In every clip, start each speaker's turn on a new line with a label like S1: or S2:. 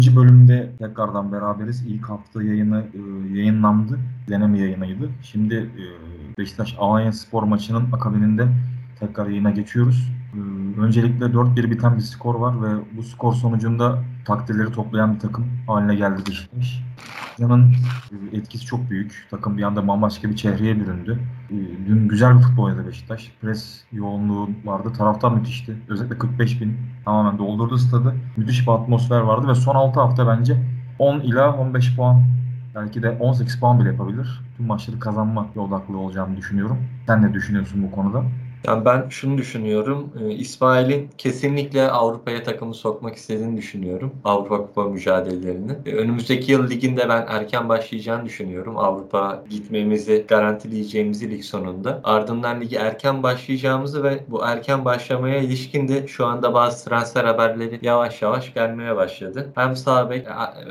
S1: İkinci bölümde tekrardan beraberiz. İlk hafta yayınlandı. Deneme yayınıydı. Şimdi Beşiktaş Alanyaspor maçının akabininde tekrar yayına geçiyoruz. Öncelikle 4-1 biten bir skor var ve bu skor sonucunda takdirleri toplayan bir takım haline geldi Beşiktaş. Hoca'nın etkisi çok büyük. Takım bir anda bambaşka bir çehreye büründü. Dün güzel bir futbol oynadı Beşiktaş. Pres yoğunluğu vardı. Taraftar müthişti. Özellikle 45 bin tamamen doldurdu stadı. Müthiş bir atmosfer vardı ve son 6 hafta bence 10 ila 15 puan, belki de 18 puan bile yapabilir. Tüm maçları kazanma odaklı olacağını düşünüyorum. Sen ne düşünüyorsun bu konuda?
S2: Yani ben şunu düşünüyorum. İsmail'in kesinlikle Avrupa'ya takımı sokmak istediğini düşünüyorum. Avrupa Kupa mücadelelerini. Önümüzdeki yıl liginde ben erken başlayacağını düşünüyorum. Avrupa gitmemizi garantileyeceğimizi lig sonunda. Ardından ligi erken başlayacağımızı ve bu erken başlamaya ilişkin de şu anda bazı transfer haberleri yavaş yavaş gelmeye başladı. Hem sağ bek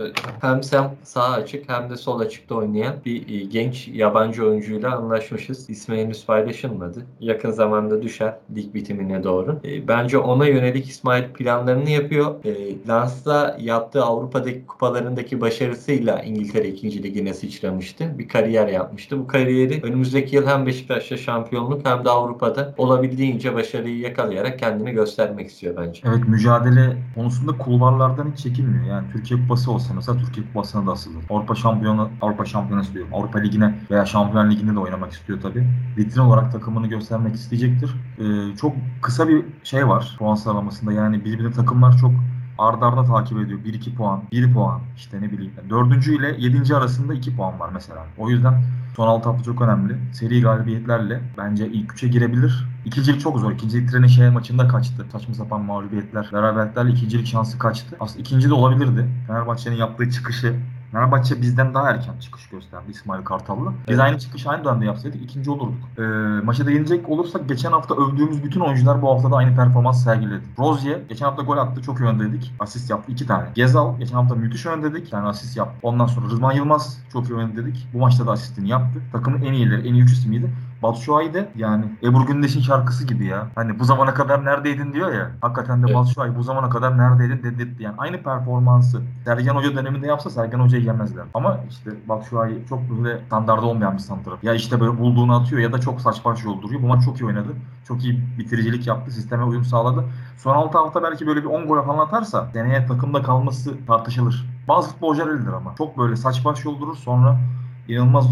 S2: hem sağ açık hem de sol açıkta oynayan bir genç yabancı oyuncuyla anlaşmışız. İsmi henüz paylaşılmadı. Yakın zamanda düşer lig bitimine doğru. Bence ona yönelik İsmail planlarını yapıyor. Lens'ta yaptığı Avrupa'daki kupalarındaki başarısıyla İngiltere 2. Ligi'ne sıçramıştı. Bir kariyer yapmıştı. Bu kariyeri önümüzdeki yıl hem Beşiktaş'ta şampiyonluk hem de Avrupa'da olabildiğince başarıyı yakalayarak kendini göstermek istiyor bence.
S1: Evet, mücadele konusunda kulvarlardan hiç çekinmiyor. Yani Türkiye Kupası olsa mesela Türkiye Kupası'na da asılır. Avrupa Şampiyonası diyorum. Avrupa Ligi'ne veya Şampiyon Ligi'nde de oynamak istiyor tabii. Vitrin olarak takımını göstermek isteyecektir. Çok kısa bir şey var puan sıralamasında. Yani birbirine takımlar çok arda arda takip ediyor. Bir iki puan, bir puan, işte ne bileyim. Yani 4. ile 7. arasında 2 puan var mesela. O yüzden son 6 hafta çok önemli. Seri galibiyetlerle bence ilk üçe girebilir. İkincilik çok zor. İkincilik treni maçında kaçtı. Saçma sapan mağlubiyetler, beraberliklerle ikincilik şansı kaçtı. Aslında ikinci de olabilirdi. Fenerbahçe'nin yaptığı çıkışı, Fenerbahçe bizden daha erken çıkış gösterdi İsmail Kartal'la. Biz
S2: Evet.
S1: aynı çıkışı aynı dönemde yapsaydık ikinci olurduk. Maçı da yenecek olursak geçen hafta övdüğümüz bütün oyuncular bu hafta da aynı performans sergiledi. Rozier geçen hafta gol attı, çok iyi öndeydik. Asist yaptı 2 tane. Gezal geçen hafta müthiş öndeydik. Bir tane asist yaptı. Ondan sonra Rıdvan Yılmaz çok iyi öndeydik. Bu maçta da asistini yaptı. Takımın en iyileri, en iyi 3 ismiydi. Batshuayi de yani Ebru Gündeş'in şarkısı gibi ya. Hani bu zamana kadar neredeydin diyor ya. Hakikaten de
S2: Evet.
S1: Batshuayi bu zamana kadar neredeydin dedirtti. Yani aynı performansı Sergen Hoca döneminde yapsa Sergen Hoca'yı yemezler. Ama işte Batshuayi çok böyle standarda olmayan bir santrafor. Ya işte böyle bulduğunu atıyor ya da çok saç baş yolduruyor. Bu maç çok iyi oynadı. Çok iyi bitiricilik yaptı. Sisteme uyum sağladı. Son 6 hafta belki böyle bir 10 gol falan atarsa seneye takımda kalması tartışılır. Bazı futbolcular öyledir ama. Çok böyle saç baş yoldurur, sonra inanılmaz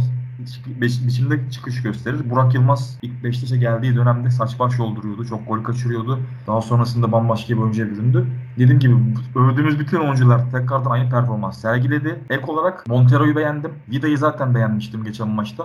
S1: biçimde çıkış gösterir. Burak Yılmaz ilk Beşiktaş'a geldiği dönemde saç baş yolduruyordu. Çok gol kaçırıyordu. Daha sonrasında bambaşka bir oyuncuya büründü. Dediğim gibi övdüğümüz bütün oyuncular tekrardan aynı performans sergiledi. Ek olarak Montero'yu beğendim. Vida'yı zaten beğenmiştim geçen maçta.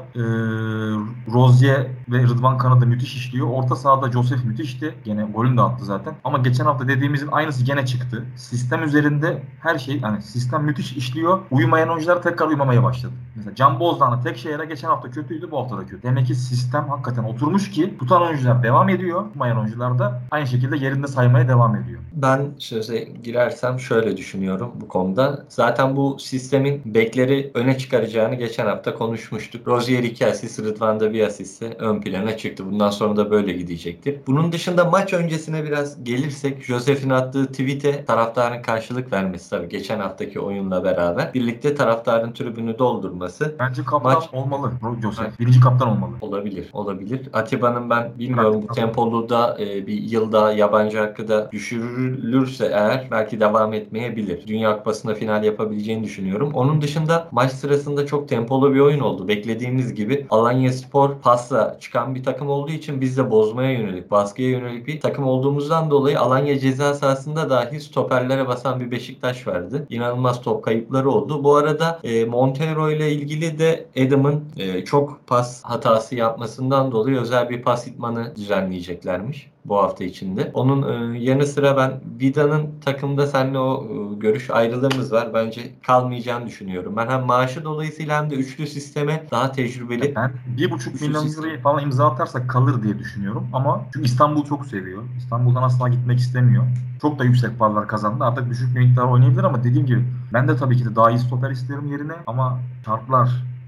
S1: Rozier ve Rıdvan Kanada müthiş işliyor. Orta sahada Josef müthişti. Gene golünü de attı zaten. Ama geçen hafta dediğimizin aynısı gene çıktı. Sistem üzerinde her şey, yani sistem müthiş işliyor. Uyumayan oyuncular tekrar uyumamaya başladı. Mesela Can Bozdoğan'ın tek şehre geçen hafta kötüydü, bu hafta da kötü. Demek ki sistem hakikaten oturmuş ki tutan oyuncular devam ediyor. Tutmayan oyuncular da aynı şekilde yerinde saymaya devam ediyor.
S2: Ben söze girersem şöyle düşünüyorum bu konuda. Zaten bu sistemin bekleri öne çıkaracağını geçen hafta konuşmuştuk. Rozier 2 asist, Rıdvan'da 1 asiste ön plana çıktı. Bundan sonra da böyle gidecektir. Bunun dışında maç öncesine biraz gelirsek, Josef'in attığı tweet'e taraftarın karşılık vermesi, tabii geçen haftaki oyunla beraber birlikte taraftarın tribünü doldurması.
S1: Bence kaptan
S2: Maç
S1: olmalı Josef. Birinci kaptan olmalı.
S2: olabilir, olabilir. Atiba'nın ben bilmiyorum, bu
S1: Bıraktıktan sonra.
S2: tempolu da bir yılda yabancı hakkı da düşürülürse eğer belki devam etmeyebilir. Dünya Kupası'nda final yapabileceğini düşünüyorum. Onun dışında maç sırasında çok tempolu bir oyun oldu. Beklediğimiz gibi Alanyaspor pasla çıkan bir takım olduğu için biz de bozmaya yönelik, baskıya yönelik bir takım olduğumuzdan dolayı Alanya ceza sahasında dahi stoperlere basan bir Beşiktaş vardı. İnanılmaz top kayıpları oldu. Bu arada Montero ile ilgili de Adam'ın çok pas hatası yapmasından dolayı özel bir pas idmanı düzenleyeceklermiş bu hafta içinde. Onun yanı sıra ben Vida'nın takımda seninle o görüş ayrılığımız var. Bence kalmayacağını düşünüyorum. Ben hem maaşı dolayısıyla hem de üçlü sisteme daha tecrübeli.
S1: Ben 1,5
S2: Üçlü
S1: milyon
S2: sistem.
S1: euroyu falan imza atarsak kalır diye düşünüyorum. Ama çünkü İstanbul çok seviyor. İstanbul'dan asla gitmek istemiyor. Çok da yüksek paralar kazandı. Artık düşük bir miktar oynayabilir ama dediğim gibi ben de tabii ki de daha iyi stoper isterim yerine, ama şartlar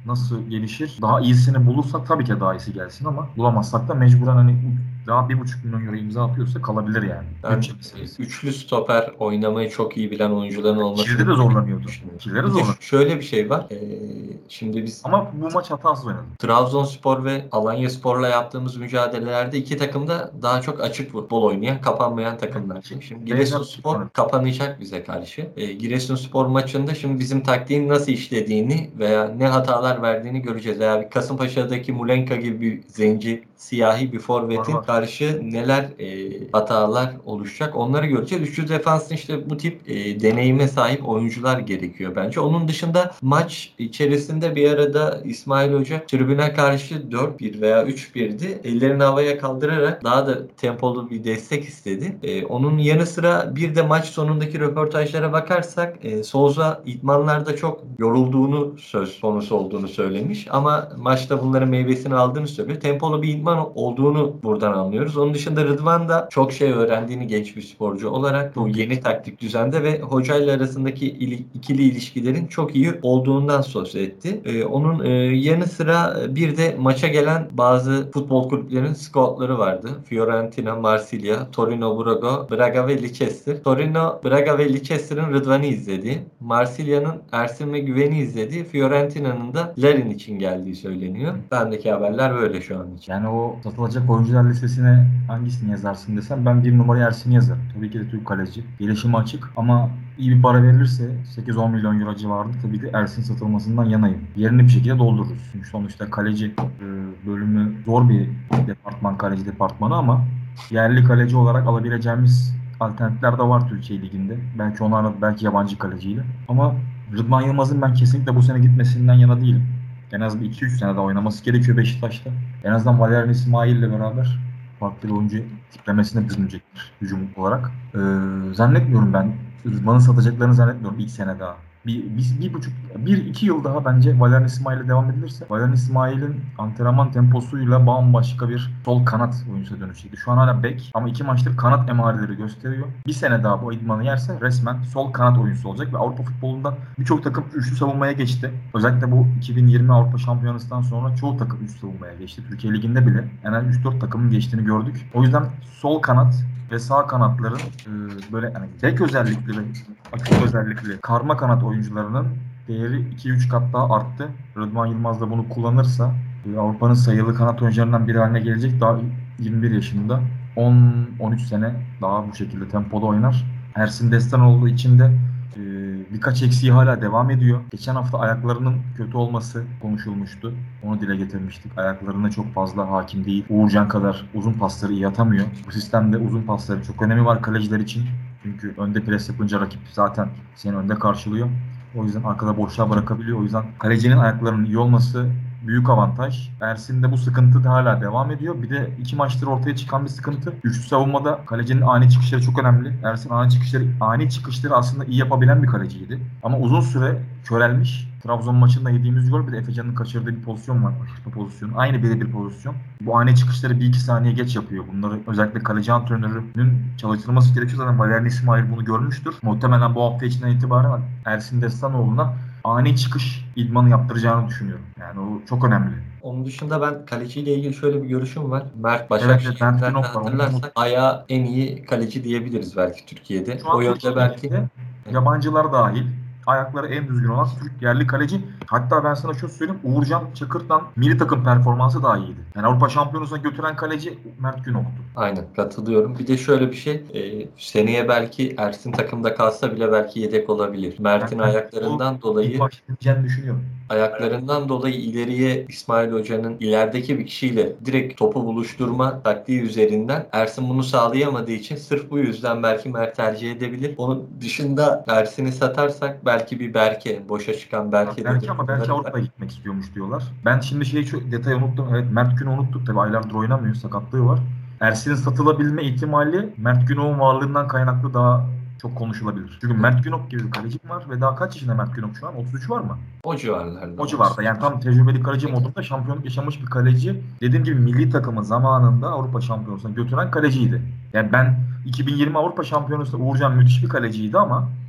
S1: nasıl gelişir? Daha iyisini bulursak tabii ki daha iyisi gelsin ama bulamazsak da mecburen hani daha 1,5 milyon euro imza atıyorsa kalabilir yani.
S2: Ben
S1: Bütçe meselesi.
S2: üçlü stoper oynamayı çok iyi bilen oyuncuların olmasını
S1: Kilde de zorlanıyordu.
S2: düşünüyorum.
S1: Kilde de
S2: Bir de
S1: zorlanıyordu.
S2: şöyle bir şey var. Şimdi biz
S1: Ama bu maç hatasız oynadı.
S2: Trabzonspor ve Alanyaspor'la yaptığımız mücadelelerde iki takım da daha çok açık futbol oynayan, kapanmayan takımlar. Şimdi
S1: Benzer
S2: Giresunspor
S1: oynadı.
S2: kapanacak bize karşı. Giresunspor maçında şimdi bizim taktiğin nasıl işlediğini veya ne hatalar verdiğini göreceğiz. Veya bir Kasımpaşa'daki Mulenka gibi bir zenci, siyahi bir
S1: Var
S2: forvetin
S1: var.
S2: karşı neler hatalar oluşacak onları göreceğiz. Üçlü defansın işte bu tip deneyime sahip oyuncular gerekiyor bence. Onun dışında maç içerisinde bir arada İsmail Hoca tribüne karşı 4-1 veya 3-1'di. Ellerini havaya kaldırarak daha da tempolu bir destek istedi. Onun yanı sıra bir de maç sonundaki röportajlara bakarsak Souza idmanlarda çok yorulduğunu söz konusu olduğunu söylemiş. Ama maçta bunların meyvesini aldığını söylüyor. Tempolu bir idman olduğunu buradan anlıyoruz. Onun dışında Rıdvan da çok şey öğrendiğini genç bir sporcu olarak bu yeni taktik düzende ve hocayla arasındaki ikili ilişkilerin çok iyi olduğundan söz etti. Onun yanı sıra bir de maça gelen bazı futbol kulüplerinin scoutları vardı. Fiorentina, Marsilya, Torino, Braga ve Leicester. Torino, Braga ve Leicester'ın Rıdvan'ı izledi. Marsilya'nın Ersin ve Güven'i izledi. Fiorentina'nın da Larin için geldiği söyleniyor. Bendeki haberler böyle şu an için.
S1: Yani o satılacak oyuncular listesine hangisini yazarsın desem ben bir numaraya Ersin'i yazarım. Tabii ki de Türk kaleci. Gelişimi açık ama iyi bir para verilirse 8-10 milyon euro civarında tabii ki Ersin satılmasından yanayım. Yerini bir şekilde doldururuz. Çünkü sonuçta kaleci bölümü zor bir departman, kaleci departmanı ama yerli kaleci olarak alabileceğimiz alternatifler de var Türkiye Ligi'nde. Belki onlarla belki yabancı kaleciyle. Ama Rıdvan Yılmaz'ın ben kesinlikle bu sene gitmesinden yana değilim. En az bir 2-3 sene daha oynaması gerekiyor Beşiktaş'ta. En azından Valerian İsmail ile beraber farklı bir oyuncu tiplemesine bürünecektir hücum olarak. Zannetmiyorum ben. Rıdvan'ı satacaklarını zannetmiyorum ilk sene daha. Bir buçuk, bir iki yıl daha bence Valerian İsmail'le devam edilirse Valerian İsmail'in antrenman temposuyla bambaşka bir sol kanat oyuncuya dönüşecekti. Şu an hala bek ama 2 maçtır kanat emareleri gösteriyor. Bir sene daha bu idmanı yerse resmen sol kanat oyuncusu olacak ve Avrupa futbolunda birçok takım üçlü savunmaya geçti. Özellikle bu 2020 Avrupa Şampiyonası'ndan sonra çoğu takım üçlü savunmaya geçti. Türkiye Ligi'nde bile en az 3-4 takımın geçtiğini gördük. O yüzden sol kanat ve sağ kanatların böyle yani bek özellikli ve aktif özellikli karma kanat oyuncularının değeri 2-3 kat daha arttı. Rıdvan Yılmaz da bunu kullanırsa Avrupa'nın sayılı kanat oyuncularından biri haline gelecek. Daha 21 yaşında. 10-13 sene daha bu şekilde tempoda oynar. Ersin Destan olduğu için de birkaç eksiği hala devam ediyor. Geçen hafta ayaklarının kötü olması konuşulmuştu. Onu dile getirmiştik. Ayaklarına çok fazla hakim değil. Uğurcan kadar uzun pasları iyi atamıyor. Bu sistemde uzun pasları çok önemi var kaleciler için. Çünkü önde pres yapınca rakip zaten seni önde karşılıyor. O yüzden arkada boşluğa bırakabiliyor. O yüzden kalecinin ayaklarının iyi olması büyük avantaj. Ersin'de bu sıkıntı da hala devam ediyor. Bir de 2 maçtır ortaya çıkan bir sıkıntı. Üçlü savunmada kalecinin ani çıkışları çok önemli. Ersin ani çıkışları aslında iyi yapabilen bir kaleciydi. Ama uzun süre körelmiş. Trabzon maçında yediğimiz gol bir de Efecan'ın kaçırdığı bir pozisyon var. Aşırtma pozisyonu. Aynı birebir pozisyon. Bu ani çıkışları 1-2 saniye geç yapıyor. Bunları özellikle kaleci antrenörünün çalıştırması gerekiyor. Zaten Valerian İsmail bunu görmüştür. Muhtemelen bu hafta içinden itibaren Ersin Destanoğlu'na ani çıkış idmanı yaptıracağını düşünüyorum. Yani o çok önemli.
S2: Onun dışında ben kaleciyle ilgili şöyle bir görüşüm var. Mert
S1: Evet, ben
S2: Başakşehir'den de
S1: Günok var.
S2: hatırlarsak ayağı en iyi kaleci diyebiliriz belki Türkiye'de.
S1: Şu
S2: O
S1: an
S2: yönde
S1: Türkiye
S2: belki
S1: Ligi'nde yabancılar dahil ayakları en düzgün olan Türk yerli kaleci. Hatta ben sana şunu söyleyeyim. Uğurcan Çakır'dan milli takım performansı daha iyiydi. Yani Avrupa Şampiyonası'na götüren kaleci Mert Günok'tu.
S2: aynen katılıyorum. Bir de şöyle bir şey. Seneye belki Ersin takımda kalsa bile belki yedek olabilir. Mert'in
S1: Ben o ilk başlayacağını düşünüyorum.
S2: ayaklarından dolayı ileriye İsmail Hoca'nın ilerideki bir kişiyle direkt topu buluşturma taktiği üzerinden Ersin bunu sağlayamadığı için sırf bu yüzden belki Mert tercih edebilir. Onun dışında Ersin'i satarsak belki bir Berke, boşa çıkan Berke de
S1: Belki ama belki
S2: durumları var.
S1: Avrupa'ya gitmek istiyormuş diyorlar. Ben şimdi şu detayı unuttum. Evet, Mert Günok'u unuttuk tabii, aylardır oynamıyor. Sakatlığı var. Ersin'in satılabilme ihtimali Mert Günok'un varlığından kaynaklı daha çok konuşulabilir. Çünkü Mert Günok gibi bir kalecim var ve daha kaç yaşında Mert Günok şu an? 33 var mı?
S2: O civarlarda
S1: O
S2: olsun.
S1: civarda. Yani tam tecrübeli kaleci modunda şampiyonluk yaşamış bir kaleci. Dediğim gibi milli takımı zamanında Avrupa Şampiyonası'na götüren kaleciydi. Yani ben 2020 Avrupa Şampiyonası'nda Uğurcan müthiş bir kaleciydi ama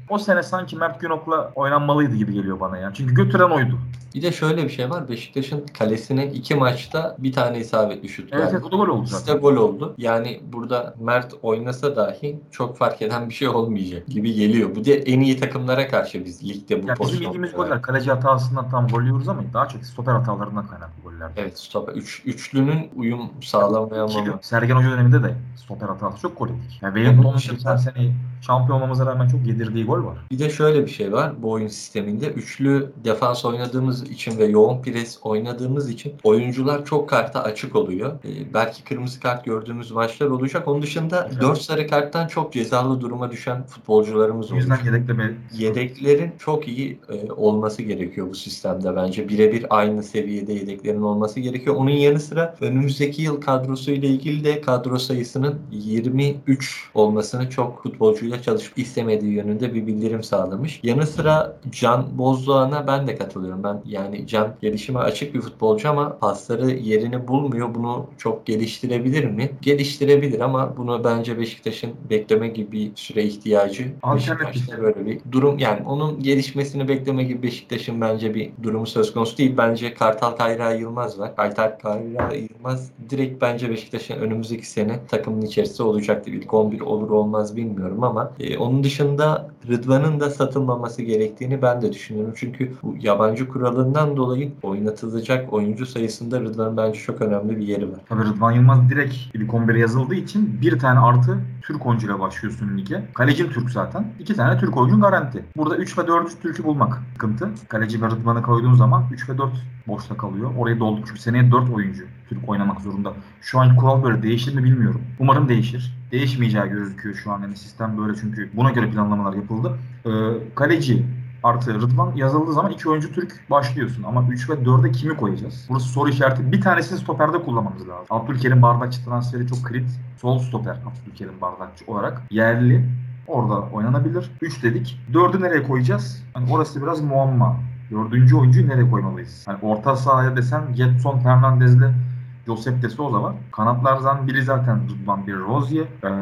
S1: O sene sanki Mert Günok'la oynanmalıydı gibi geliyor bana ya. Çünkü götüren oydu.
S2: Bir de şöyle bir şey var. Beşiktaş'ın kalesine 2 maçta bir tane isabetli şut
S1: Evet
S2: geldi.
S1: evet, o da gol oldu
S2: İkisi de
S1: zaten.
S2: gol oldu. Yani burada Mert oynasa dahi çok fark eden bir şey olmayacak gibi geliyor. Bu da en iyi takımlara karşı biz ligde bu
S1: Ya bizim yediğimiz
S2: pozisyonları
S1: goller
S2: verdik.
S1: kaleci hatasından tam gol yiyoruz ama daha çok stoper hatalarından kaynaklı gollerdi.
S2: Evet, stoper. Üçlünün uyum
S1: Ya bu ikili
S2: sağlamayamama.
S1: Sergen Hoca döneminde de stoper hatası çok gol yedik. Ya
S2: Onun
S1: Wellington'un geçen
S2: dışında
S1: sene şampiyon olmamıza rağmen çok yedirdiği gol var.
S2: bir de şöyle bir şey var bu oyun sisteminde. Üçlü defans oynadığımız için ve yoğun pres oynadığımız için oyuncular çok karta açık oluyor. Belki kırmızı kart gördüğümüz maçlar olacak. Onun dışında
S1: Hocam,
S2: 4 sarı karttan çok cezalı duruma düşen futbolcularımız
S1: o yüzden
S2: olacak.
S1: yedekleme
S2: Yedeklerin çok iyi olması gerekiyor bu sistemde bence. Birebir aynı seviyede yedeklerin olması gerekiyor. Onun yanı sıra önümüzdeki yıl kadrosuyla ilgili de kadro sayısının 23 olmasını çok futbolcuyla çalışıp istemediği yönünde bir bildirim sağlamış. Yanı sıra Can Bozdoğan'a ben de katılıyorum. Ben yani Can gelişime açık bir futbolcu ama pasları yerini bulmuyor. Bunu çok geliştirebilir mi? Geliştirebilir ama bunu bence Beşiktaş'ın bekleme gibi bir süre ihtiyacı.
S1: alternatif.
S2: Beşiktaş'ta böyle bir durum yani onun gelişmesini bekleme gibi Beşiktaş'ın bence bir durumu söz konusu değil. Bence Kartal Kayra Yılmaz var. Kartal Kayra Yılmaz direkt bence Beşiktaş'ın önümüzdeki sene takımın içerisinde olacaktır. İlk 11 olur olmaz bilmiyorum ama onun dışında Rıdvan'ın da satılmaması gerektiğini ben de düşünüyorum. Çünkü bu yabancı kuralından dolayı oynatılacak oyuncu sayısında Rıdvan'ın bence çok önemli bir yeri var.
S1: Tabii Rıdvan Yılmaz direkt ilk 11'e yazıldığı için bir tane artı Türk oyuncuyla başlıyorsun lige. Kalecin Türk zaten. 2 tane Türk oyuncun garanti. Burada 3 ve 4. Türk'ü bulmak sıkıntı. Kaleci ve Rıdvan'ı koyduğun zaman 3 ve 4 boşta kalıyor. Orayı doldur. Çünkü seneye 4 oyuncu Türk oynamak zorunda. Şu an kural böyle değişir mi bilmiyorum. Umarım değişir. Değişmeyeceği gözüküyor şu an. Yani sistem böyle çünkü buna göre planlamalar yapıldı. Kaleci artı Rıdvan yazıldığı zaman 2 oyuncu Türk başlıyorsun. Ama 3 ve 4'e kimi koyacağız? Burası soru işareti. Bir tanesini stoperde kullanmamız lazım. Abdülkerim Bardakçı transferi çok kritik. Sol stoper Abdülkerim Bardakçı olarak yerli. Orada oynanabilir. 3 dedik. 4'ü nereye koyacağız? Yani orası biraz muamma. Dördüncü oyuncuyu nereye koymalıyız? Yani orta sahaya desen Gedson Fernandez'le Josep de Souza var. Kanatlardan biri zaten Rıdvan, biri Rozier.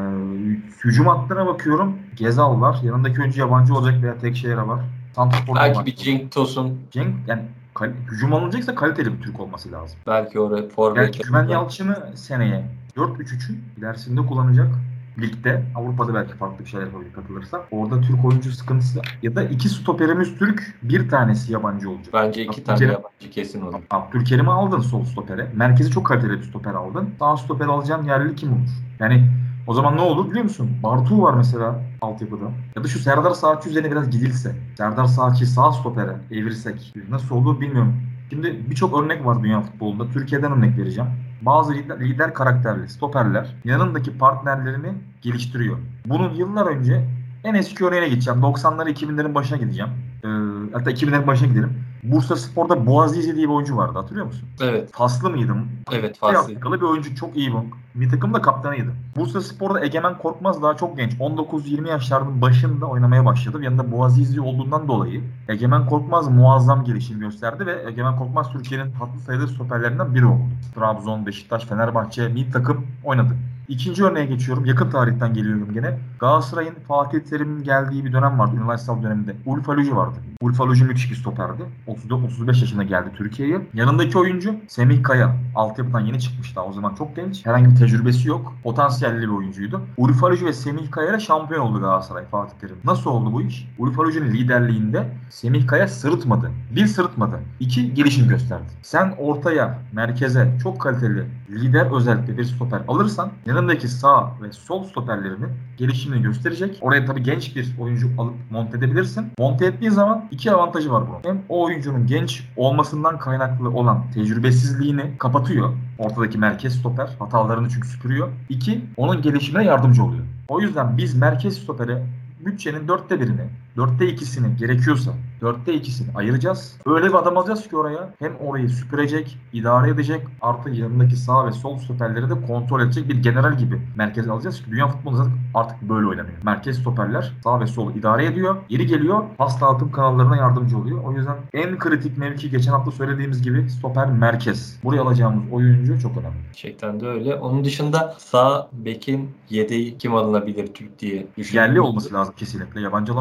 S1: Hücum hattına bakıyorum. Gezal var. Yanındaki oyuncu yabancı olacak veya Tekşehir'e var. Santrfor'da
S2: Belki bir
S1: yabancı olacak.
S2: Cenk Tosun,
S1: Cenk yani hücum alınacaksa kaliteli bir Türk olması lazım.
S2: belki oraya
S1: Belki
S2: forvet.
S1: Güven Yalçın'ı seneye 4-3-3'ün ilerisinde kullanacak. Ligde, Avrupa'da belki farklı bir şeyler yapabilir katılırsa. Orada Türk oyuncu sıkıntısı ya da 2 stoperimiz Türk, bir tanesi yabancı olacak.
S2: Bence 2 tane yabancı kesin olur.
S1: Abdülkerim'i aldın sol stopere. Merkezi çok kaliteli bir stoper aldın. Sağ stoper alacağın yerli kim olur? Yani o zaman ne olur biliyor musun? Bartu var mesela altyapıda. Ya da şu Serdar Saatçi üzerine biraz gidilse. Serdar Saatçi sağ stopere evirsek. Nasıl olur bilmiyorum. Şimdi birçok örnek var dünya futbolunda. Türkiye'den örnek vereceğim. Bazı lider karakterli stoperler yanındaki partnerlerini geliştiriyor. Bunun yıllar önce en eski örneğine gideceğim. 90'ları 2000'lerin başına gideceğim. Hatta 2000'lerin başına gidelim. Bursaspor'da Boazizi diye bir oyuncu vardı, hatırlıyor musun?
S2: Evet.
S1: Faslı mıydı?
S2: Evet,
S1: Faslı.
S2: Faslı.
S1: Afrikalı bir oyuncu, çok iyi bu. Bir takım da kaptanıydı. Bursaspor'da Egemen Korkmaz daha çok genç. 19-20 yaşlarının başında oynamaya başladı. Yanında Boazizi olduğundan dolayı Egemen Korkmaz muazzam gelişim gösterdi ve Egemen Korkmaz Türkiye'nin hatlı sayılı stoperlerinden biri oldu. Trabzon, Beşiktaş, Fenerbahçe, milli takım oynadı. İkinci örneğe geçiyorum. Yakın tarihten geliyorum gene. Galatasaray'ın Fatih Terim'in geldiği bir dönem vardı. Üniversite döneminde. Ulf Aluji vardı. Ulf Aluji müthiş bir stoperdi. 34-35 yaşında geldi Türkiye'ye. Yanındaki oyuncu Semih Kaya. Altyapıdan yeni çıkmış daha. O zaman çok genç. Herhangi bir tecrübesi yok. Potansiyelli bir oyuncuydu. Ulf Aluji ve Semih Kaya ile şampiyon oldu Galatasaray Fatih Terim. Nasıl oldu bu iş? Ulf Aluji'nin liderliğinde Semih Kaya sırıtmadı. Bir sırıtmadı. İki gelişim gösterdi. Sen ortaya, merkeze çok kaliteli lider özellikle bir stoper alırsan yanındaki sağ ve sol stoperlerinin gelişimini gösterecek. Oraya tabii genç bir oyuncu alıp monte edebilirsin. Monte ettiğin zaman iki avantajı var bunun. Hem o oyuncunun genç olmasından kaynaklı olan tecrübesizliğini kapatıyor. Ortadaki merkez stoper hatalarını çünkü süpürüyor. İki, onun gelişimine yardımcı oluyor. O yüzden biz merkez stopere bütçenin 1/4'ini, 2/4'ini gerekiyorsa 2/4'ini ayıracağız. Öyle bir adam alacağız ki oraya hem orayı süpürecek, idare edecek, artı yanındaki sağ ve sol stoperleri de kontrol edecek bir general gibi merkeze alacağız ki dünya futbolu zaten artık böyle oynanıyor. Merkez stoperler sağ ve sol idare ediyor. Yeri geliyor pas dağıtım kanallarına yardımcı oluyor. O yüzden en kritik mevki geçen hafta söylediğimiz gibi stoper merkez. Buraya alacağımız oyuncu çok önemli.
S2: Gerçekten de öyle. Onun dışında sağ bekin yedeği kim alınabilir Türk diye düşünüyorum.
S1: Yerli olması lazım kesinlikle. Yabancı alamayız.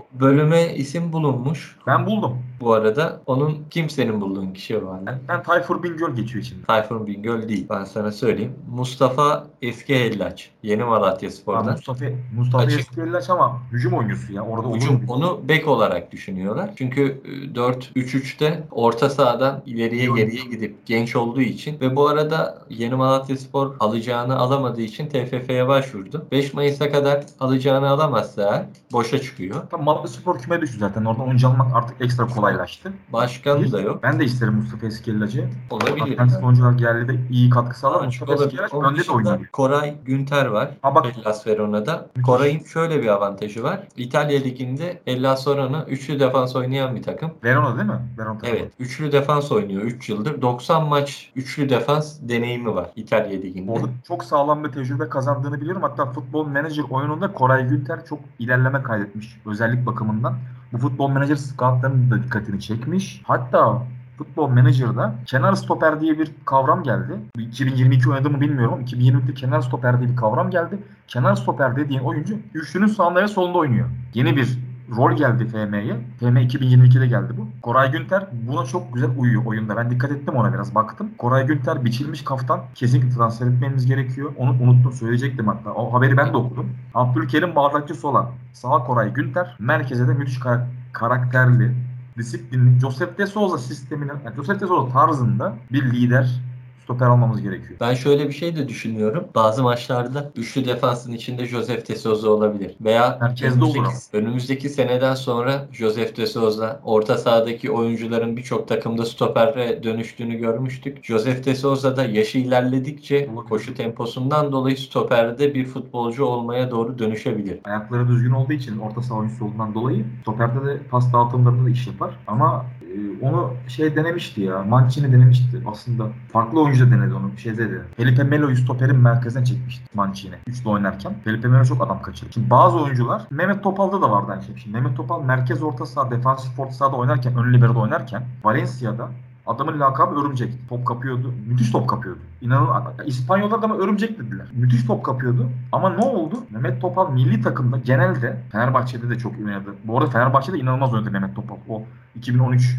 S2: O bölüme isim bulunmuş.
S1: Ben buldum.
S2: Bu arada kimsenin bulduğun kişi var.
S1: Ben Tayfur Bingöl geçiyor içinde.
S2: Tayfun Bingöl değil. Ben sana söyleyeyim. Mustafa Eskiellaç. Yeni Malatyaspor'dan.
S1: Mustafa
S2: Açık
S1: Eskiellaç ama hücum oyuncusu ya. Orada olur mu?
S2: onu bek olarak düşünüyorlar. Çünkü 4-3-3'te orta sahadan ileriye
S1: İyi oyuncu.
S2: geriye gidip genç olduğu için ve bu arada Yeni Malatyaspor alacağını alamadığı için TFF'ye başvurdu. 5 Mayıs'a kadar alacağını alamazsa eğer boşa çıkıyor.
S1: Tam Malatyaspor küme düştü zaten. Oradan oyuncu almak artık ekstra kolaylaştı.
S2: Başkanı da yok.
S1: Ben de isterim Mustafa Eskiellaç'ı.
S2: Olabilir
S1: Alternatif
S2: yani.
S1: oyuncular geldi de iyi katkı sağlar.
S2: Çok
S1: Mustafa
S2: olabilir.
S1: Eskiellaç
S2: Onun
S1: önde de
S2: dışında
S1: oynuyor.
S2: Koray Günter var.
S1: Ha bak,
S2: Hellas Verona'da.
S1: müthiş.
S2: Koray'ın şöyle bir avantajı var. İtalya Ligi'nde Hellas Verona üçlü defans oynayan bir takım.
S1: Verona değil mi? Verona takımı.
S2: Evet. Üçlü defans oynuyor 3 yıldır. 90 maç üçlü defans deneyimi var İtalya Ligi'nde.
S1: Orada çok sağlam bir tecrübe kazandığını biliyorum. Hatta Futbol Manager oyununda Koray Günter çok ilerleme kaydetmiş. Özellik bakımından. Bu Futbol Manager scoutlarının da dikkatini çekmiş. Hatta Futbol Manager'da kenar stoper diye bir kavram geldi. 2022 oynadı mı bilmiyorum ama 2022'de kenar stoper diye bir kavram geldi. Kenar stoper dediğin oyuncu üçlünün sağında ve solunda oynuyor. Yeni bir rol geldi FM'ye. FM 2022'de geldi bu. Koray Günter buna çok güzel uyuyor oyunda. Ben dikkat ettim ona, biraz baktım. Koray Günter biçilmiş kaftan. Kesinlikle transfer etmemiz gerekiyor. Onu unuttum, söyleyecektim hatta. O haberi ben de okudum. Abdülkerim bardakçısı olan sağ Koray Günter. Merkeze de müthiş karakterli, disiplinli, Josep de Souza sisteminin, yani Josep de Souza tarzında bir lider stoper almamız gerekiyor.
S2: Ben şöyle bir şey de düşünüyorum. Bazı maçlarda üçlü defansın içinde Josef de Souza olabilir. Veya
S1: Merkezde olur ama.
S2: önümüzdeki seneden sonra Josef de Souza orta sahadaki oyuncuların birçok takımda stopere dönüştüğünü görmüştük. Josef de Souza da yaşı ilerledikçe
S1: Olabilir.
S2: koşu temposundan dolayı stoperde bir futbolcu olmaya doğru dönüşebilir.
S1: Ayakları düzgün olduğu için orta saha oyuncusu olduğundan dolayı stoperde de pas dağıtımlarında da iş yapar. Ama onu denemişti ya. Mancini denemişti aslında. Farklı oyuncu da denedi onu. Dedi. Felipe Melo'yu stoperin merkezine çekmişti Mancini. Üçlü oynarken. Felipe Melo çok adam kaçırdı. Şimdi bazı oyuncular, Mehmet Topal'da da vardı aynı şey. Şimdi Mehmet Topal merkez orta saha, defansif orta sahada oynarken, ön libero'da oynarken Valencia'da adamın lakabı Örümcek. Top kapıyordu. Müthiş top kapıyordu. İnanılmaz. İspanyollar adama Örümcek dediler. Müthiş top kapıyordu. Ama ne oldu? Mehmet Topal milli takımda genelde, Fenerbahçe'de de çok iyi oynadı. Bu arada Fenerbahçe'de inanılmaz oynadı Mehmet Topal. O 2013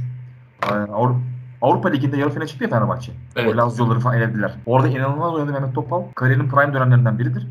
S1: Avrupa Ligi'nde yarı finale çıktı ya Fenerbahçe.
S2: Evet.
S1: O Lazio'ları falan elediler. Orada inanılmaz oynadı Mehmet Topal. Kariyerinin prime dönemlerinden biridir.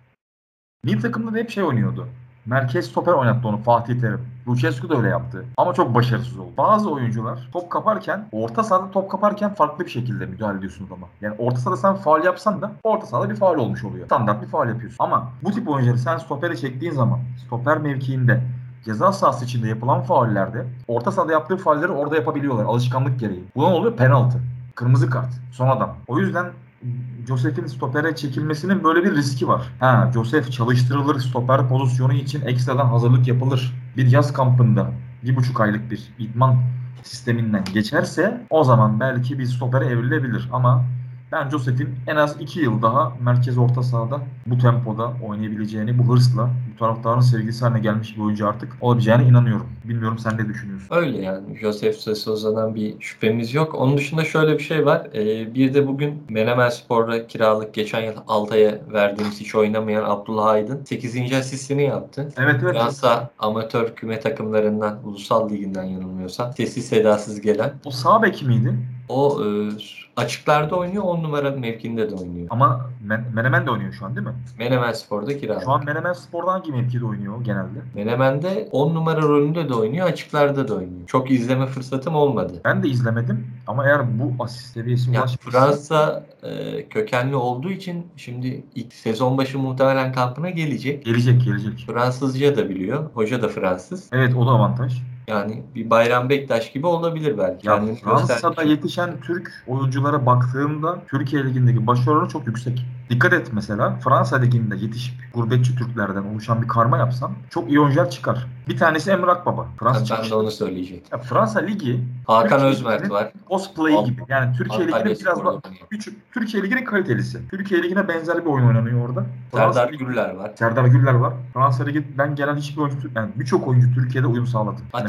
S1: Milli takımda da hep oynuyordu. Merkez stoper oynattı onu Fatih Terim. Lucescu da öyle yaptı. Ama çok başarısız oldu. Bazı oyuncular top kaparken, orta sahada top kaparken farklı bir şekilde müdahale ediyorsunuz ama. Yani orta sahada sen faul yapsan da orta sahada bir faul olmuş oluyor. Standart bir faul yapıyorsun. Ama bu tip oyuncuları sen stopere çektiğin zaman, stoper mevkiinde ceza sahası içinde yapılan faullerde orta sahada yaptığı faulleri orada yapabiliyorlar alışkanlık gereği. Bu ne oluyor? Penaltı. Kırmızı kart. Son adam. O yüzden Josef'in stopere çekilmesinin böyle bir riski var. Josef çalıştırılır, stoper pozisyonu için ekstradan hazırlık yapılır. Bir yaz kampında 1,5 aylık bir idman sisteminden geçerse o zaman belki bir stopere evrilebilir. Ama ben Josef'in en az 2 yıl daha merkez orta sahada bu tempoda oynayabileceğini, bu hırsla, bu taraftarın sevgisi haline gelmiş bir oyuncu artık olabileceğine inanıyorum. Bilmiyorum, sen ne düşünüyorsun?
S2: Öyle yani. Josef de Souza'dan bir şüphemiz yok. Onun dışında şöyle bir şey var. Bir de bugün Menemenspor'da kiralık geçen yıl Altay'a verdiğimiz hiç oynamayan Abdullah Aydın 8. asistini yaptı.
S1: Evet.
S2: Fransa amatör küme takımlarından, Ulusal Ligi'nden yanılmıyorsam sessiz sedasız gelen.
S1: O sağ bek miydi?
S2: O açıklarda oynuyor, 10 numara mevkinde de oynuyor.
S1: Ama Menemen de oynuyor şu an değil mi?
S2: Menemenspor'da kiralık.
S1: Şu an Menemen Spor'da hangi mevkide oynuyor genelde?
S2: Menemen'de 10 numara rolünde de oynuyor, açıklarda da oynuyor. Çok izleme fırsatım olmadı.
S1: Ben de izlemedim ama eğer bu asist seviyesine
S2: Ya
S1: ulaşmışsa...
S2: Fransa kökenli olduğu için şimdi ilk sezon başı muhtemelen kampına gelecek.
S1: Gelecek.
S2: Fransızca da biliyor. Hoca da Fransız.
S1: Evet, o da avantaj.
S2: Yani bir Bayram Bektaş gibi olabilir belki.
S1: Ya
S2: Kendini
S1: Fransa'da
S2: göstermiş.
S1: yetişen Türk oyunculara baktığımda Türkiye Ligi'ndeki başarı oranı çok yüksek. Dikkat et mesela, Fransa Ligi'nde yetişip gurbetçi Türklerden oluşan bir karma yapsam çok iyi oyuncular çıkar. Bir tanesi Emre Akbaba.
S2: Ben de onu söyleyecektim.
S1: Ya Fransa Ligi
S2: Hakan
S1: Türkiye
S2: Özmerk
S1: Ligi'nin
S2: var.
S1: cosplay gibi. Yani Türkiye Ligi'nin biraz
S2: Antalyaspor'da
S1: daha küçük. Türkiye Ligi'nin kalitelisi. Türkiye Ligi'ne benzer bir oyun oynanıyor orada.
S2: Serdar Gürler var.
S1: Serdar Güller var. Fransa Ligi'den gelen hiçbir oyuncu, yani birçok oyuncu Türkiye'de uyum sağladı.
S2: Atilla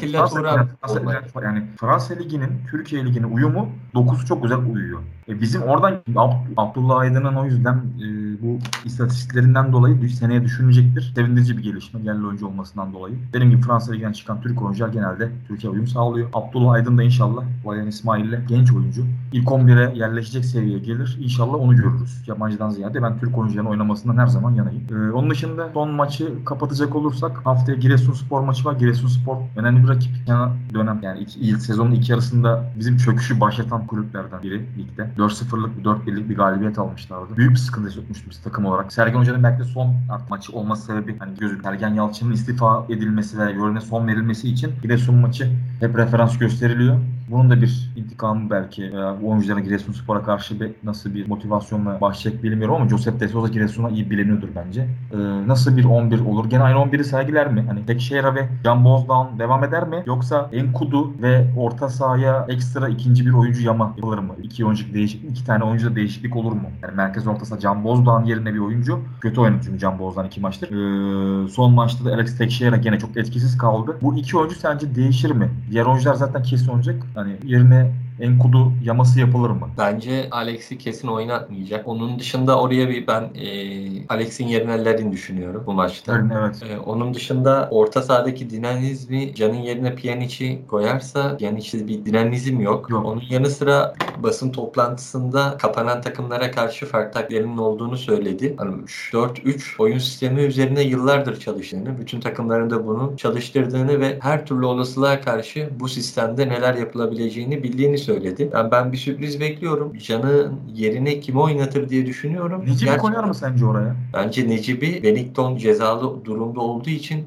S2: Latoura olmalı.
S1: Yani Fransa Ligi'nin Türkiye Ligi'ne uyumu 9'u çok güzel uyuyor. Bizim oradan Abdullah Aydın'ın o yüzden bu istatistiklerinden dolayı seneye düşünülecektir. Sevindirici bir gelişme yerli oyuncu olmasından dolayı. Benim gibi Fransa Ligi'nden çıkan Türk oyuncular genelde Türkiye uyum sağlıyor. Abdullah Aydın da inşallah Bayan İsmail'le genç oyuncu. İlk 11'e yerleşecek seviyeye gelir. İnşallah onu görürüz. Yabancıdan ziyade ben Türk oyuncuların oynamasından her zaman yanayım. Onun dışında son maçı kapatacak olursak haftaya Giresunspor maçı var. Giresunspor önemli bir rakip. Dönem yani sezonun ilk yarısında bizim çöküşü başlatan kulüplerden biri ligde. 4-0'lık 4-1'lik bir galibiyet almışlardı. Büyük bir sıkıntı çekmiştik biz takım olarak. Sergen Hoca'nın belki de son maçı olması sebebi hani Sergen Yalçın'ın istifa edilmesi ve görevine son verilmesi için Giresun maçı hep referans gösteriliyor. Bunun da bir intikamı belki oyuncuların Giresunspor'a karşı nasıl bir motivasyonla başlayacak bilmiyorum ama Josep de Souza Giresun'a iyi biliniyordur bence. Nasıl bir 11 olur? Gene aynı 11'i sergiler mi? Hani Tekşehir'e ve Can Bozdağ devam eder mi? Yoksa Enkudu ve orta sahaya ekstra ikinci bir oyuncu yapılır mı? İki tane oyuncuda değişiklik olur mu? Yani merkez orta saha Can Bozdağ'ın yerine bir oyuncu. Kötü oynadı çünkü Can Bozdağ 2 maçtır. Son maçta da Alex Tekşehir'e gene çok etkisiz kaldı. Bu iki oyuncu sence değişir mi? Diğer oyuncular zaten kesin oynayacak. Hani yerine Enkudu yaması yapılır mı?
S2: Bence Alex'i kesin oynatmayacak. Onun dışında oraya ben Alex'in yerine Larin düşünüyorum bu maçta.
S1: Larin, evet.
S2: Onun dışında orta sahadaki dinamizmi Can'ın yerine Pjanic'i koyarsa Pjanic'te bir dinamizm yok. Onun yanı sıra basın toplantısında kapanan takımlara karşı farklı taktiklerinin olduğunu söyledi. Hani 3-4-3 oyun sistemi üzerine yıllardır çalıştığını, bütün takımların da bunu çalıştırdığını ve her türlü olasılığa karşı bu sistemde neler yapılabileceğini bildiğini söyledi. Yani ben bir sürpriz bekliyorum. Can'ın yerine kimi oynatır diye düşünüyorum.
S1: Necip'i koyar mı sence oraya?
S2: Bence Necip'i Wellington cezalı durumda olduğu için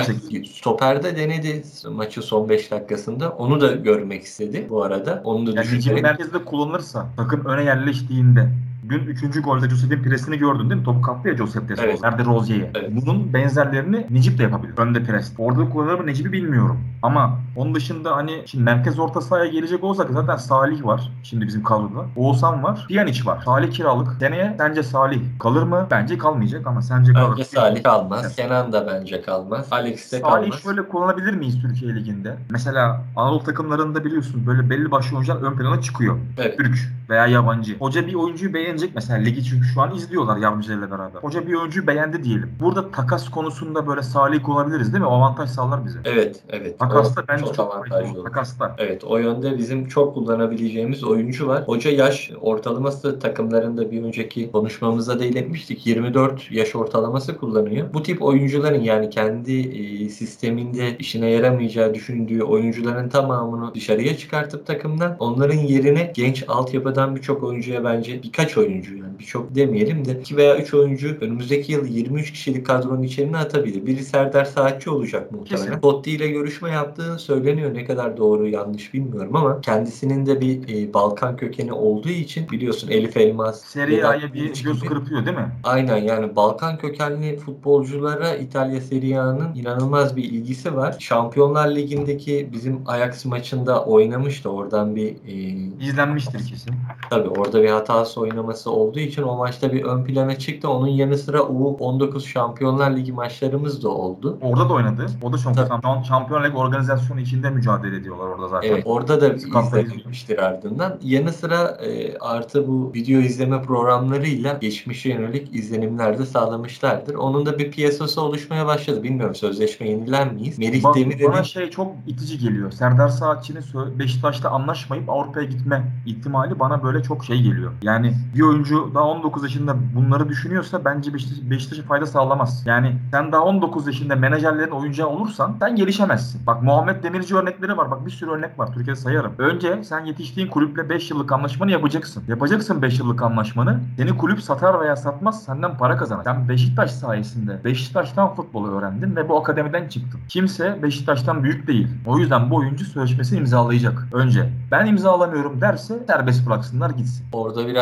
S2: stoperde denedi maçın son 5 dakikasında. Onu da görmek istedi bu arada. Onu da
S1: yani Necip merkezde kullanılırsa takım öne yerleştiğinde dün 3. golde Josep'in presini gördün değil mi? Topu kaptı ya Josep de Souza.
S2: Evet.
S1: Nerede Rozier'e. Evet. Bunun benzerlerini Necip de yapabilir. Önde pres. Orada kullanılır mı Necip'i bilmiyorum. Ama onun dışında hani şimdi merkez orta sahaya gelecek olsak zaten Salih var. Şimdi bizim kadroda. Oğuzhan var. Pjanic var. Salih kiralık. Seneye sence Salih kalır mı? Bence kalmayacak ama sence kalır.
S2: Bence Salih kalmaz. Evet. Kenan da bence kalmaz. Alex de kalmaz.
S1: Salih şöyle kullanabilir miyiz Türkiye Ligi'nde? Mesela Anadolu takımlarında biliyorsun böyle belli başlı oyuncular ön plana çıkıyor.
S2: Evet.
S1: Türk veya yabancı. Hoca bir oyuncuyu beğenecek mesela ligi çünkü şu an izliyorlar yardımcılarıyla beraber. Hoca bir oyuncuyu beğendi diyelim. Burada takas konusunda böyle Salih kullanabiliriz değil mi? O avantaj sağlar bize.
S2: Evet.
S1: Takasta bence çok
S2: avantajlı olur.
S1: Takasta.
S2: Evet, o yönde bizim çok kullanabileceğimiz oyuncu var. Hoca yaş ortalaması takımlarında bir önceki konuşmamızda da iletmiştik. 24 yaş ortalaması kullanıyor. Bu tip oyuncuların yani kendi sisteminde işine yaramayacağı düşündüğü oyuncuların tamamını dışarıya çıkartıp takımdan onların yerine genç altyapıdan birçok oyuncuya bence birkaç oyuncu yani birçok demeyelim de 2 veya 3 oyuncu önümüzdeki yıl 23 kişilik kadronun içine atabilir. Biri Serdar Saatçi olacak muhtemelen. Totti ile görüşme yaptığı söyleniyor. Ne kadar doğru yanlış bilmiyorum ama kendisinin de bir Balkan kökeni olduğu için biliyorsun Elif Elmas
S1: Serie A'ya bir göz kırpıyor değil mi?
S2: Aynen yani Balkan kökenli futbolculara İtalya Serie A'nın inanılmaz bir ilgisi var. Şampiyonlar Ligi'ndeki bizim Ajax maçında oynamıştı. Oradan bir
S1: izlenmiştir kesin.
S2: Tabii orada bir hatası oynaması olduğu için o maçta bir ön plana çıktı. Onun yanı sıra U19 Şampiyonlar Ligi maçlarımız da oldu.
S1: Orada da oynadı. O da Şampiyonlar Ligi organizasyonu içinde mücadele ediyorlar orada zaten.
S2: Evet, orada da izlenilmiştir ardından. Yanı sıra artı bu video izleme programlarıyla geçmişe yönelik izlenimler de sağlamışlardır. Onun da bir piyasası oluşmaya başladı. Bilmiyorum sözleşme yeniler miyiz? Merih
S1: Bana çok itici geliyor. Serdar Saatçı'nın Beşiktaş'ta anlaşmayıp Avrupa'ya gitme ihtimali bana böyle çok geliyor. Yani bir oyuncu daha 19 yaşında bunları düşünüyorsa bence Beşiktaş'a fayda sağlamaz. Yani sen daha 19 yaşında menajerlerin oyuncağı olursan sen gelişemezsin. Bak Muhammed Demirci örnekleri var. Bak bir sürü örnek var. Türkiye'de sayarım. Önce sen yetiştiğin kulüple 5 yıllık anlaşmanı yapacaksın. Yapacaksın 5 yıllık anlaşmanı. Seni kulüp satar veya satmaz senden para kazanır. Sen Beşiktaş sayesinde Beşiktaş'tan futbolu öğrendin ve bu akademiden çıktın. Kimse Beşiktaş'tan büyük değil. O yüzden bu oyuncu sözleşmesini imzalayacak. Önce ben imzalamıyorum derse serbest bıraksınlar gitsin.
S2: Orada biraz sıkıntı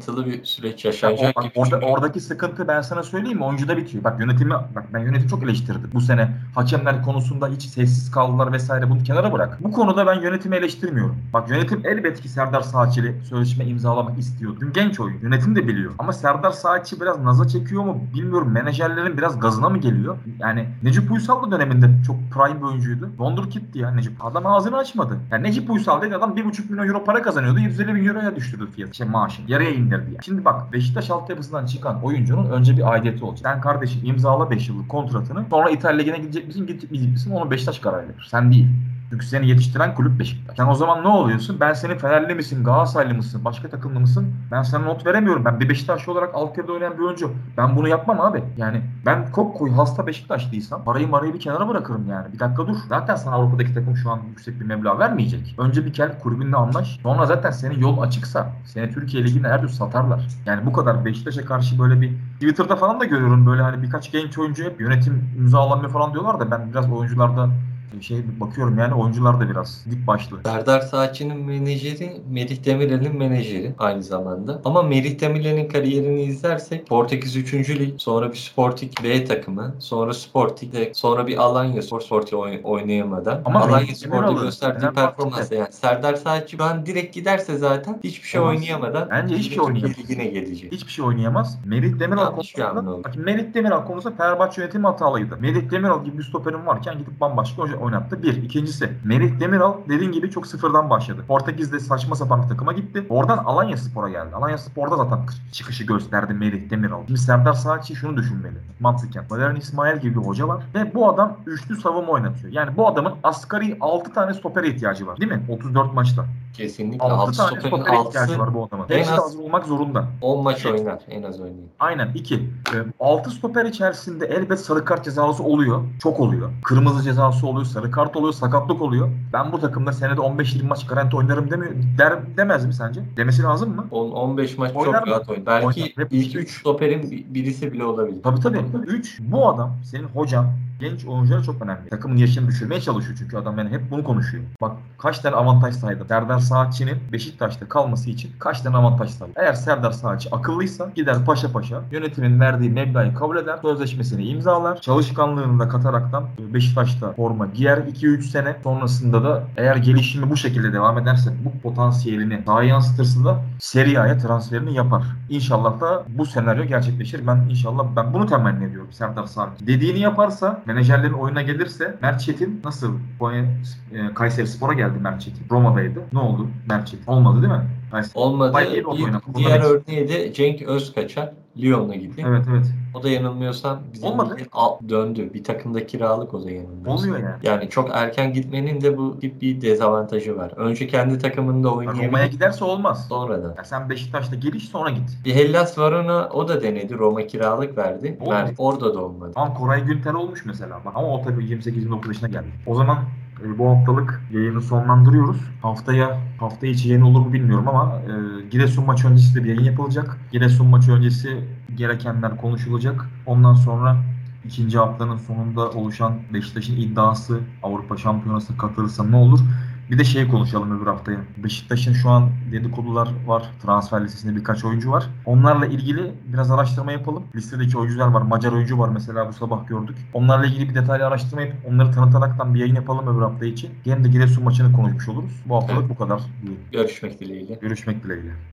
S2: sıkıntılı bir süreç
S1: Ya
S2: yaşanacak gibi çünkü.
S1: oradaki sıkıntı ben sana söyleyeyim mi? Oyuncuda bitiyor. Bak ben yönetimi çok eleştirdim. Bu sene hakemler konusunda hiç sessiz kaldılar vesaire, bunu kenara bırak. Bu konuda ben yönetimi eleştirmiyorum. Bak yönetim elbet ki Serdar Saatçı'yla sözleşme imzalamak istiyor. Çünkü genç oyuncu. Yönetim de biliyor. Ama Serdar Saatçı biraz naza çekiyor mu bilmiyorum. Menajerlerin biraz gazına mı geliyor? Yani Necip Uysal da döneminde çok prime bir oyuncuydu. Wonderkid'ti ya Necip. Adam ağzını açmadı. Yani Necip Uysal dedi, adam 1,5 milyon euro para kazanıyordu. 750 bin euroya düşürdü fiyat. Maaşını. Yarıya indirdi yani. Şimdi bak Beşiktaş altyapısından çıkan oyuncunun önce bir aidiyeti olacak. Sen kardeşim imzala 5 yıllık kontratını. Sonra İtalya Ligi'ne gidecek misin, gidecek misin? Onu Beşiktaş karar verir. Sen değil. Çünkü seni yetiştiren kulüp Beşiktaş. Sen o zaman ne oluyorsun? Ben senin Fenerli misin, Galatasaraylı mısın, başka takımlı mısın? Ben sana not veremiyorum. Ben bir Beşiktaşlı olarak altyapıda oynayan bir oyuncu. Ben bunu yapmam abi. Yani ben çok koyu hasta Beşiktaşlıysam parayı bir kenara bırakırım yani. Bir dakika dur. Zaten sana Avrupa'daki takım şu an yüksek bir meblağ vermeyecek. Önce bir gel kulübünle anlaş. Sonra zaten senin yol açıksa seni Türkiye Ligi'ne her türlü satarlar. Yani bu kadar Beşiktaş'a karşı böyle bir Twitter'da falan da görüyorum, böyle hani birkaç genç oyuncu hep yönetim imzalamıyor falan diyorlar da ben biraz oyuncularda bakıyorum yani, oyuncular da biraz dik başlı.
S2: Serdar Saatçı'nın menajeri Merih Demirel'in menajeri aynı zamanda. Ama Merih Demirel'in kariyerini izlersek Portekiz 3. Lig, sonra bir Sporting B takımı, sonra Sporting'de, sonra bir Alanyaspor oynayamadan.
S1: Ama Melih
S2: Alanyaspor'da
S1: Demiral'ı
S2: gösterdiği
S1: Fenerbahçe'de
S2: performansla yani Serdar Saatçı ben direkt giderse zaten hiçbir şey
S1: olmaz.
S2: oynayamadan
S1: Bence hiçbir
S2: yine
S1: şey
S2: Türkiye
S1: oynayamaz.
S2: Ligi'ne gelecek.
S1: Hiçbir şey oynayamaz. Melih Demiral
S2: Yanlış bir
S1: konusunda,
S2: hamle oldu.
S1: bak Melih Demiral konusunda Fenerbahçe yönetimi hatalıydı. Melih Demiral gibi bir stoperin varken gidip bambaşka oynattı. Bir. İkincisi, Melih Demiral dediğin gibi çok sıfırdan başladı. Portekiz'de saçma sapan bir takıma gitti. Oradan Alanyaspor'a geldi. Alanyaspor'da zaten çıkışı gösterdi Melih Demiral. Şimdi Serdar Saatçı şunu düşünmeli. Mantıken. Valerian İsmail gibi bir hoca var ve bu adam üçlü savunma oynatıyor. Yani bu adamın asgari 6 tane stopere ihtiyacı var. Değil mi? 34 maçta.
S2: Kesinlikle
S1: 6
S2: 6
S1: tane
S2: stoperin
S1: stopere ihtiyacı
S2: 6'sı
S1: var bu adamın.
S2: en
S1: Hepsi de
S2: az
S1: hazır olmak zorunda.
S2: 10 maç
S1: İki,
S2: oynar. En az oynuyor.
S1: aynen 2. 6 stoper içerisinde elbet sarı kart cezası oluyor. Çok oluyor. Kırmızı cezası oluyor, sarı kart oluyor, sakatlık oluyor. Ben bu takımda senede 15-20 maç garanti oynarım demez mi sence? Demesi lazım mı?
S2: 10-15 maç
S1: Oynar
S2: çok
S1: mı?
S2: rahat oynar.
S1: Oynar.
S2: Belki
S1: Ve bu
S2: ilk
S1: işte
S2: 3 stoperin birisi bile olabilir.
S1: tabii. 3. Bu adam senin hocan, genç oyunculara çok önemli. Takımın yaşını düşürmeye çalışıyor çünkü adam yani hep bunu konuşuyor. Bak kaç tane avantaj saydı. Serdar Saatçı'nın Beşiktaş'ta kalması için kaç tane avantaj saydı. Eğer Serdar Saatçı akıllıysa gider paşa paşa yönetimin verdiği meblağı kabul eder. Sözleşmesini imzalar. Çalışkanlığını da kataraktan Beşiktaş'ta forma giyer 2-3 sene. Sonrasında da eğer gelişimi bu şekilde devam ederse, bu potansiyelini sahaya yansıtırsa da Serie A'ya transferini yapar. İnşallah da bu senaryo gerçekleşir. Ben bunu temenni ediyorum Serdar Sarkı. Dediğini yaparsa, menajerlerin oyuna gelirse, Mert Çetin nasıl Kayserispor'a geldi Mert Çetin. Roma'daydı. Ne oldu Mert Çetin? Olmadı değil mi? Kayseri. Bay diye
S2: Olmadı.
S1: bir orta
S2: Bir
S1: oynadı. Bundan
S2: diğer
S1: eksik.
S2: örneği de Cenk Özkaçar. Lyon'a gitti.
S1: Evet.
S2: O da yanılmıyorsam bizim
S1: Olmadı.
S2: lige döndü. Bir takımda kiralık o da yanılmıyorsam.
S1: Olmuyor yani.
S2: Yani çok erken gitmenin de bu tip bir dezavantajı var. Önce kendi takımında
S1: Bak, Roma'ya
S2: oynayabilir.
S1: giderse olmaz.
S2: Sonradan.
S1: Ya sen Beşiktaş'ta geliş sonra git.
S2: Bir Hellas Verona o da denedi. Roma kiralık verdi.
S1: Olmadı.
S2: Orada da olmadı.
S1: Tamam, Koray Günter olmuş mesela. Bak, ama o tabii 28-29 yaşına geldi. O zaman bu haftalık yayını sonlandırıyoruz. Hafta içi yayın olur mu bilmiyorum ama Giresun maçı öncesi de bir yayın yapılacak. Giresun maçı öncesi gerekenler konuşulacak. Ondan sonra ikinci haftanın sonunda oluşan Beşiktaş'ın iddiası, Avrupa Şampiyonası'na katılırsa ne olur? Bir de konuşalım öbür haftaya. Beşiktaş'ın şu an dedikodular var. Transfer listesinde birkaç oyuncu var. Onlarla ilgili biraz araştırma yapalım. Listedeki oyuncular var. Macar oyuncu var mesela, bu sabah gördük. Onlarla ilgili bir detaylı araştırma yapıp onları tanıtaraktan bir yayın yapalım öbür hafta için. Hem de Giresun maçını konuşmuş oluruz. Bu haftalık bu kadar.
S2: Görüşmek dileğiyle.
S1: Görüşmek dileğiyle.